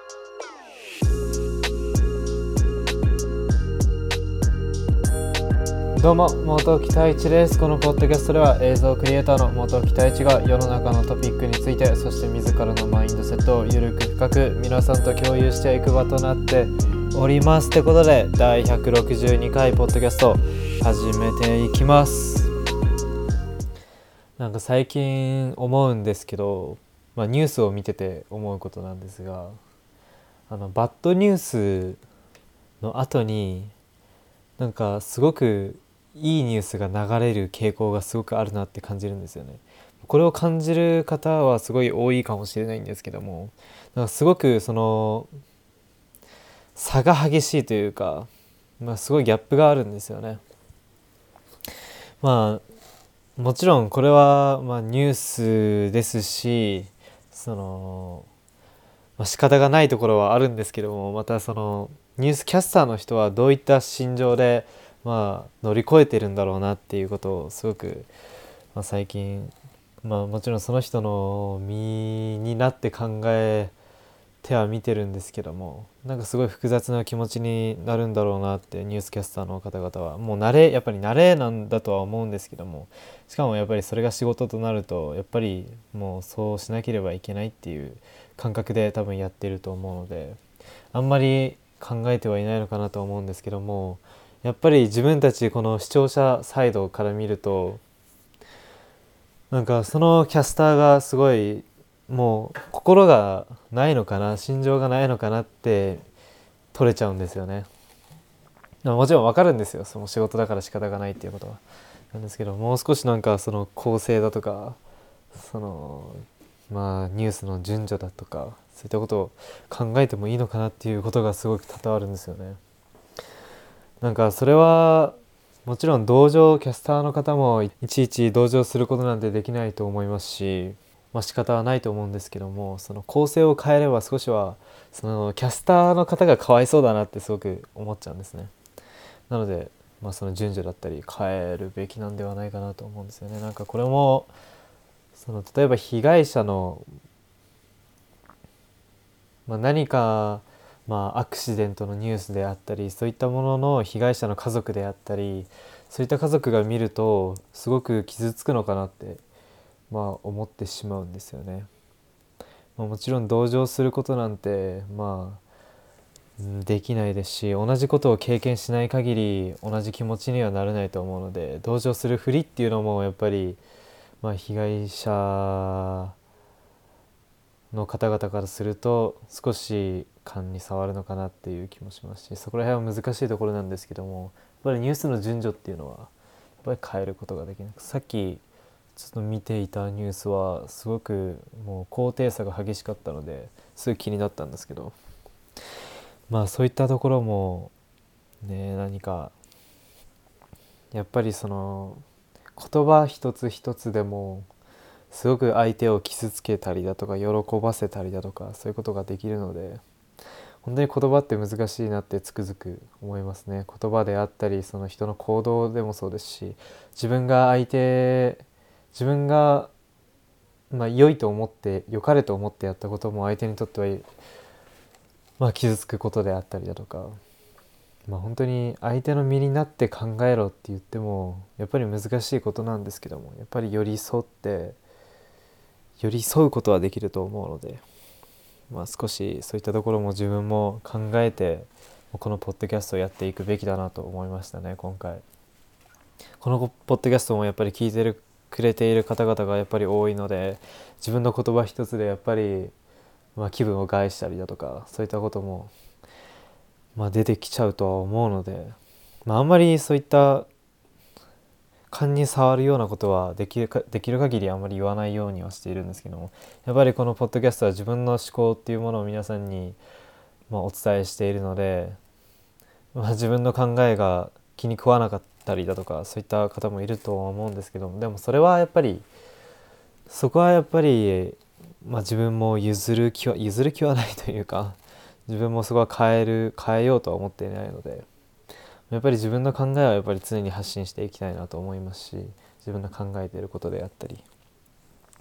どうも、元木太一です。このポッドキャストでは映像クリエイターの元木太一が世の中のトピックについて、そして自らのマインドセットをゆるく深く皆さんと共有していく場となっております。ってことで、第162回ポッドキャスト始めていきます。なんか最近思うんですけど、ニュースを見てて思うことなんですが、バッドニュースの後になんかすごくいいニュースが流れる傾向がすごくあるなって感じるんですよね。これを感じる方はすごい多いかもしれないんですけども、なんかすごくその差が激しいというか、すごいギャップがあるんですよね。もちろんこれはニュースですし、仕方がないところはあるんですけども、またそのニュースキャスターの人はどういった心情で乗り越えてるんだろうなっていうことをすごく、最近、もちろんその人の身になって考えては見てるんですけども、なんかすごい複雑な気持ちになるんだろうなって。ニュースキャスターの方々はもうやっぱり慣れなんだとは思うんですけども、しかもやっぱりそれが仕事となるとやっぱりもうそうしなければいけないっていう感覚で多分やってると思うので、あんまり考えてはいないのかなと思うんですけども、やっぱり自分たちこの視聴者サイドから見ると、なんかそのキャスターがすごいもう心がないのかな、心情がないのかなって取れちゃうんですよね。もちろんわかるんですよ、その仕事だから仕方がないっていうことはなんですけど、もう少しなんかその構成だとか、そのニュースの順序だとか、そういったことを考えてもいいのかなっていうことがすごく多々あるんですよね。なんかそれはもちろんキャスターの方もいちいち同情することなんてできないと思いますし、仕方はないと思うんですけども、その構成を変えれば少しはそのキャスターの方がかわいそうだなってすごく思っちゃうんですね。なので、その順序だったり変えるべきなんではないかなと思うんですよね。なんかこれも例えば被害者の、何かアクシデントのニュースであったり、そういったものの被害者の家族であったり、そういった家族が見るとすごく傷つくのかなって思ってしまうんですよね。もちろん同情することなんてできないですし、同じことを経験しない限り同じ気持ちにはなれないと思うので、同情するふりっていうのもやっぱり被害者の方々からすると少し勘に触るのかなっていう気もしますし、そこら辺は難しいところなんですけども、やっぱりニュースの順序っていうのはやっぱり変えることができない。さっきちょっと見ていたニュースはすごくもう高低差が激しかったのですごい気になったんですけど、そういったところもね、何かやっぱりその言葉一つ一つでもすごく相手を傷つけたりだとか喜ばせたりだとか、そういうことができるので、本当に言葉って難しいなってつくづく思いますね。言葉であったり、その人の行動でもそうですし、自分が良いと思って良かれと思ってやったことも相手にとっては傷つくことであったりだとか、本当に相手の身になって考えろって言ってもやっぱり難しいことなんですけども、やっぱり寄り添うことはできると思うので、少しそういったところも自分も考えてこのポッドキャストをやっていくべきだなと思いましたね。今回このポッドキャストもやっぱり聞いてくれている方々がやっぱり多いので、自分の言葉一つでやっぱり気分を害したりだとか、そういったことも出てきちゃうとは思うので、あんまりそういった勘に触るようなことはできる限りあんまり言わないようにはしているんですけども、やっぱりこのポッドキャストは自分の思考っていうものを皆さんにお伝えしているので、自分の考えが気に食わなかったりだとか、そういった方もいるとは思うんですけども、でもそこはやっぱり、自分も譲る気はないというか、自分もそこは変えようとは思っていないので、やっぱり自分の考えはやっぱり常に発信していきたいなと思いますし、自分の考えていることであったり、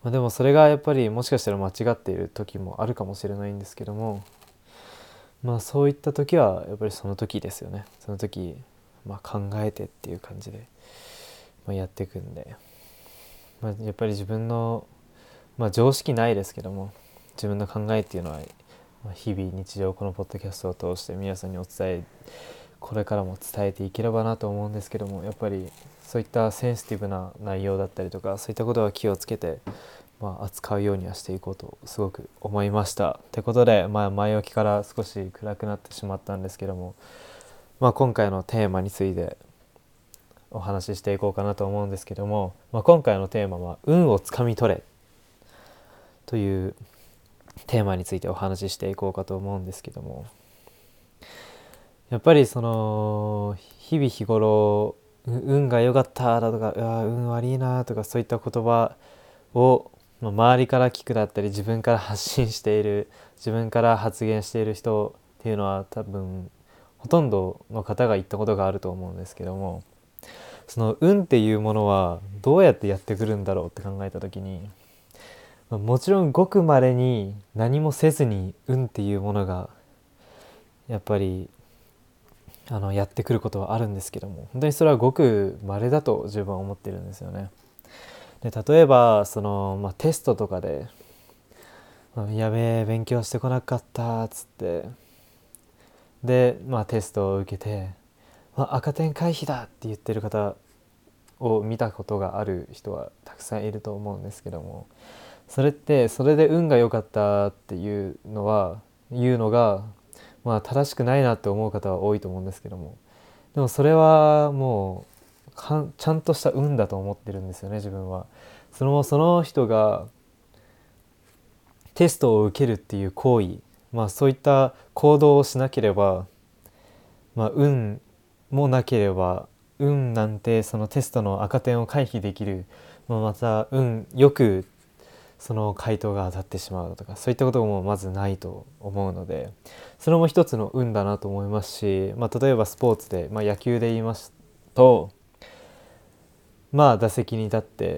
でもそれがやっぱりもしかしたら間違っている時もあるかもしれないんですけども、そういった時はやっぱりその時ですよね。その時、考えてっていう感じで、やっていくんで、やっぱり自分の、常識ないですけども、自分の考えっていうのは、日々日常このポッドキャストを通して皆さんにお伝え、これからも伝えていければなと思うんですけども、やっぱりそういったセンシティブな内容だったりとか、そういったことは気をつけて、扱うようにはしていこうとすごく思いました。ってことで、前置きから少し暗くなってしまったんですけども、今回のテーマについてお話ししていこうかなと思うんですけども、今回のテーマは運をつかみ取れというテーマについてお話ししていこうかと思うんですけども、やっぱりその日々日頃運が良かっただとか運悪いなとか、そういった言葉を周りから聞くだったり、自分から発信している、自分から発言している人っていうのは多分ほとんどの方が言ったことがあると思うんですけども、その運っていうものはどうやってやってくるんだろうって考えた時に、もちろんごく稀に何もせずに運っていうものがやっぱりやってくることはあるんですけども、本当にそれはごく稀だと自分は思ってるんですよね。で、例えばその、テストとかで、やべえ勉強してこなかったっつって、で、テストを受けて、赤点回避だって言ってる方を見たことがある人はたくさんいると思うんですけども、それってそれで運が良かったっていうのは言うのが、正しくないなって思う方は多いと思うんですけども、でもそれはもうちゃんとした運だと思ってるんですよね、自分は。その人がテストを受けるっていう行為、そういった行動をしなければ、運もなければ、運なんてそのテストの赤点を回避できる、また運よくその回答が当たってしまうとか、そういったこともまずないと思うので、それも一つの運だなと思いますし、例えばスポーツで、野球で言いますと、打席に立って、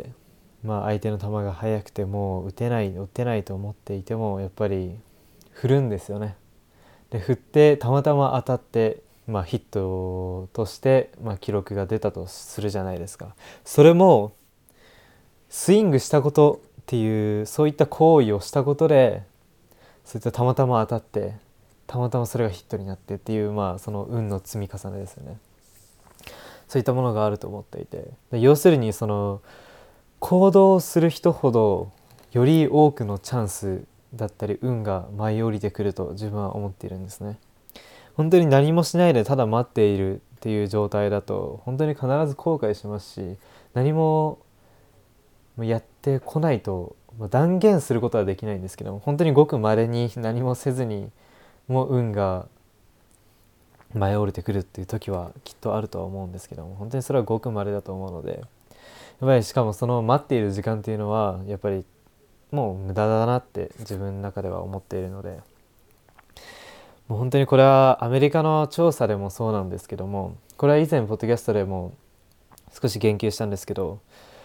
相手の球が速くても打てないと思っていても、やっぱり振るんですよね。で、振ってたまたま当たって、ヒットとして、記録が出たとするじゃないですか。それもスイングしたことっていうそういった行為をしたことで、そういったたまたま当たってたまたまそれがヒットになってっていう、その運の積み重ねですよね。そういったものがあると思っていて、要するにその行動する人ほどより多くのチャンスだったり運が舞い降りてくると自分は思っているんですね。本当に何もしないでただ待っているっていう状態だと本当に必ず後悔しますし、何もやってこないと断言することはできないんですけども、本当にごく稀に何もせずにもう運が舞い降りてくるっていう時はきっとあるとは思うんですけども、本当にそれはごく稀だと思うので、やっぱりしかもその待っている時間っていうのはやっぱりもう無駄だなって自分の中では思っているので、もう本当にこれはアメリカの調査でもそうなんですけども、これは以前ポッドキャストでも少し言及したんですけど、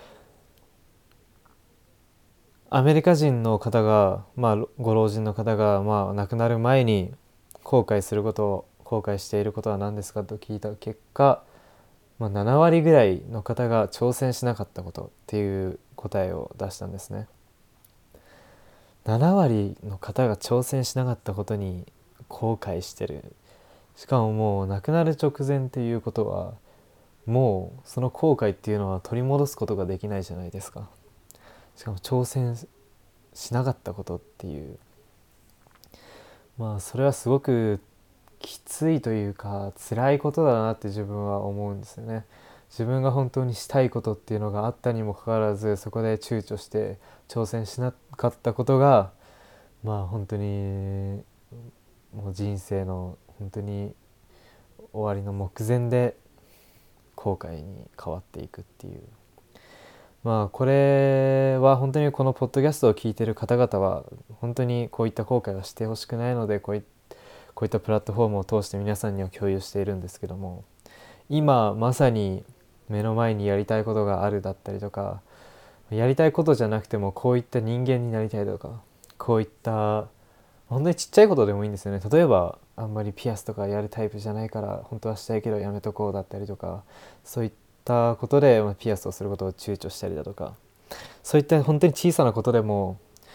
アメリカ人の方が、ご老人の方が、亡くなる前に後悔していることは何ですかと聞いた結果、7割ぐらいの方が挑戦しなかったことっていう答えを出したんですね。7割の方が挑戦しなかったことに後悔してる。しかももう亡くなる直前っていうことは、もうその後悔っていうのは取り戻すことができないじゃないですか。しかも挑戦しなかったことっていう、それはすごくきついというか辛いことだなって自分は思うんですよね。自分が本当にしたいことっていうのがあったにもかかわらず、そこで躊躇して挑戦しなかったことが、本当にもう人生の本当に終わりの目前で後悔に変わっていくっていう、これは本当にこのポッドキャストを聞いている方々は本当にこういった後悔はしてほしくないので、こういったプラットフォームを通して皆さんには共有しているんですけども、今まさに目の前にやりたいことがあるだったりとか、 やりたいことじゃなくてもこういった人間になりたいとか、こういった本当にちっちゃいことでもいいんですよね。例えばあんまりピアスとかやるタイプじゃないから本当はしたいけどやめとこうだったりとか、そういったことで、ピアスをすることを躊躇したりだとか、そういった本当に小さなことでも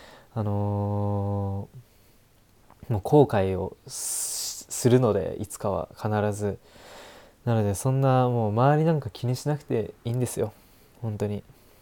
もう後悔をするので、いつかは必ず。なのでそんなもう周りなんか気にしなくていいんですよ。本当に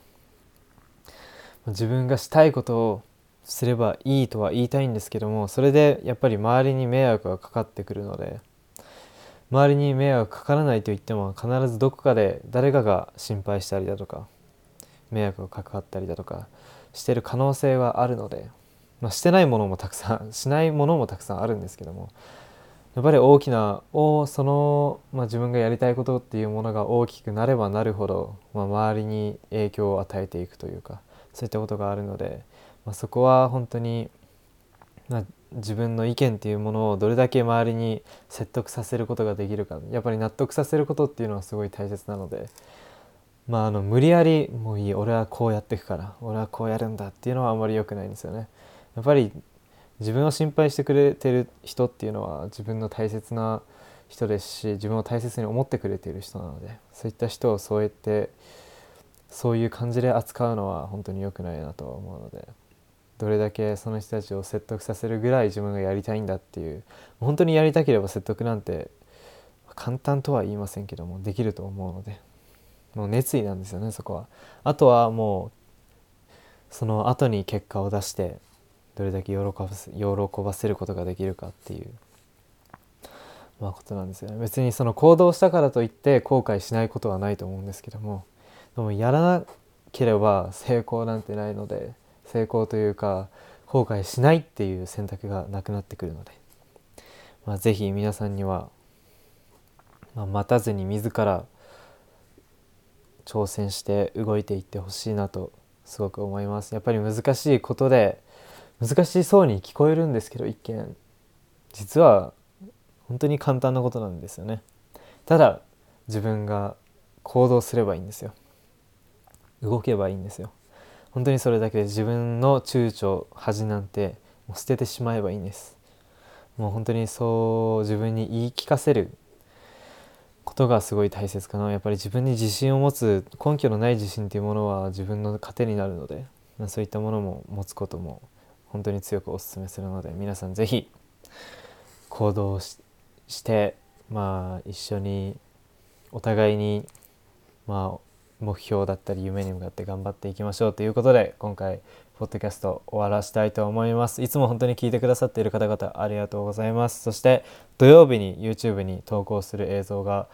自分がしたいことをすればいいとは言いたいんですけども、それでやっぱり周りに迷惑がかかってくるので、周りに迷惑かからないと言っても必ずどこかで誰かが心配したりだとか迷惑がかかったりだとかしてる可能性はあるので、してないものもたくさんしないものもたくさんあるんですけども、やっぱり大きな自分がやりたいことっていうものが大きくなればなるほど、周りに影響を与えていくというか、そういったことがあるので、そこは本当に、自分の意見っていうものをどれだけ周りに説得させることができるか、やっぱり納得させることっていうのはすごい大切なので、無理やりもういい、俺はこうやっていくから俺はこうやるんだっていうのはあんまり良くないんですよね。やっぱり自分を心配してくれてる人っていうのは自分の大切な人ですし、自分を大切に思ってくれている人なので、そういった人をそうやってそういう感じで扱うのは本当に良くないなとは思うので、どれだけその人たちを説得させるぐらい自分がやりたいんだっていう、本当にやりたければ説得なんて簡単とは言いませんけどもできると思うので、もう熱意なんですよね、そこは。あとはもうその後に結果を出してどれだけ喜ばせることができるかっていうことなんですよね。別にその行動したからといって後悔しないことはないと思うんですけども、でもやらなければ成功なんてないので、成功というか後悔しないっていう選択がなくなってくるので、ぜひ皆さんには、待たずに自ら挑戦して動いていってほしいなとすごく思います。やっぱり難しいことで難しそうに聞こえるんですけど、一見実は本当に簡単なことなんですよね。ただ自分が行動すればいいんですよ。動けばいいんですよ。本当にそれだけで自分の躊躇恥なんてもう捨ててしまえばいいんです。もう本当にそう自分に言い聞かせることがすごい大切かな。やっぱり自分に自信を持つ、根拠のない自信というものは自分の糧になるので、そういったものも持つことも本当に強くお勧めするので、皆さんぜひ行動して、一緒にお互いに目標だったり夢に向かって頑張っていきましょうということで、今回ポッドキャスト終わらしたいと思います。いつも本当に聞いてくださっている方々ありがとうございます。そして土曜日に YouTube に投稿する映像が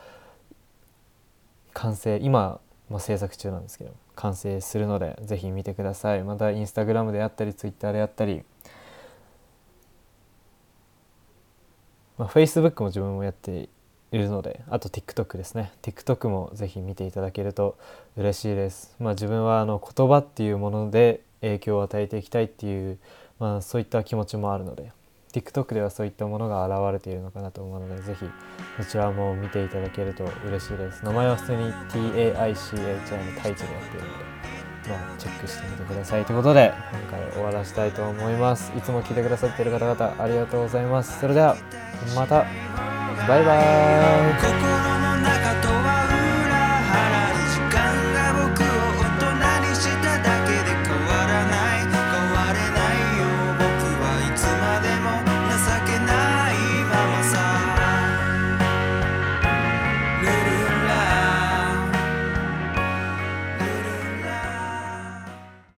今、制作中なんですけど完成するのでぜひ見てください。また Instagram であったり Twitter であったり、Facebook も自分もやっているので、あと TikTok ですね。 TikTok もぜひ見ていただけると嬉しいです。自分は言葉っていうもので影響を与えていきたいっていう、そういった気持ちもあるので、 TikTok ではそういったものが現れているのかなと思うので、ぜひそちらも見ていただけると嬉しいです。名前は普通に TAICHI のタイチでやっているので、チェックしてみてくださいということで、今回終わらせたいと思います。いつも聞いてくださっている方々ありがとうございます。それではまた、バイバーイ。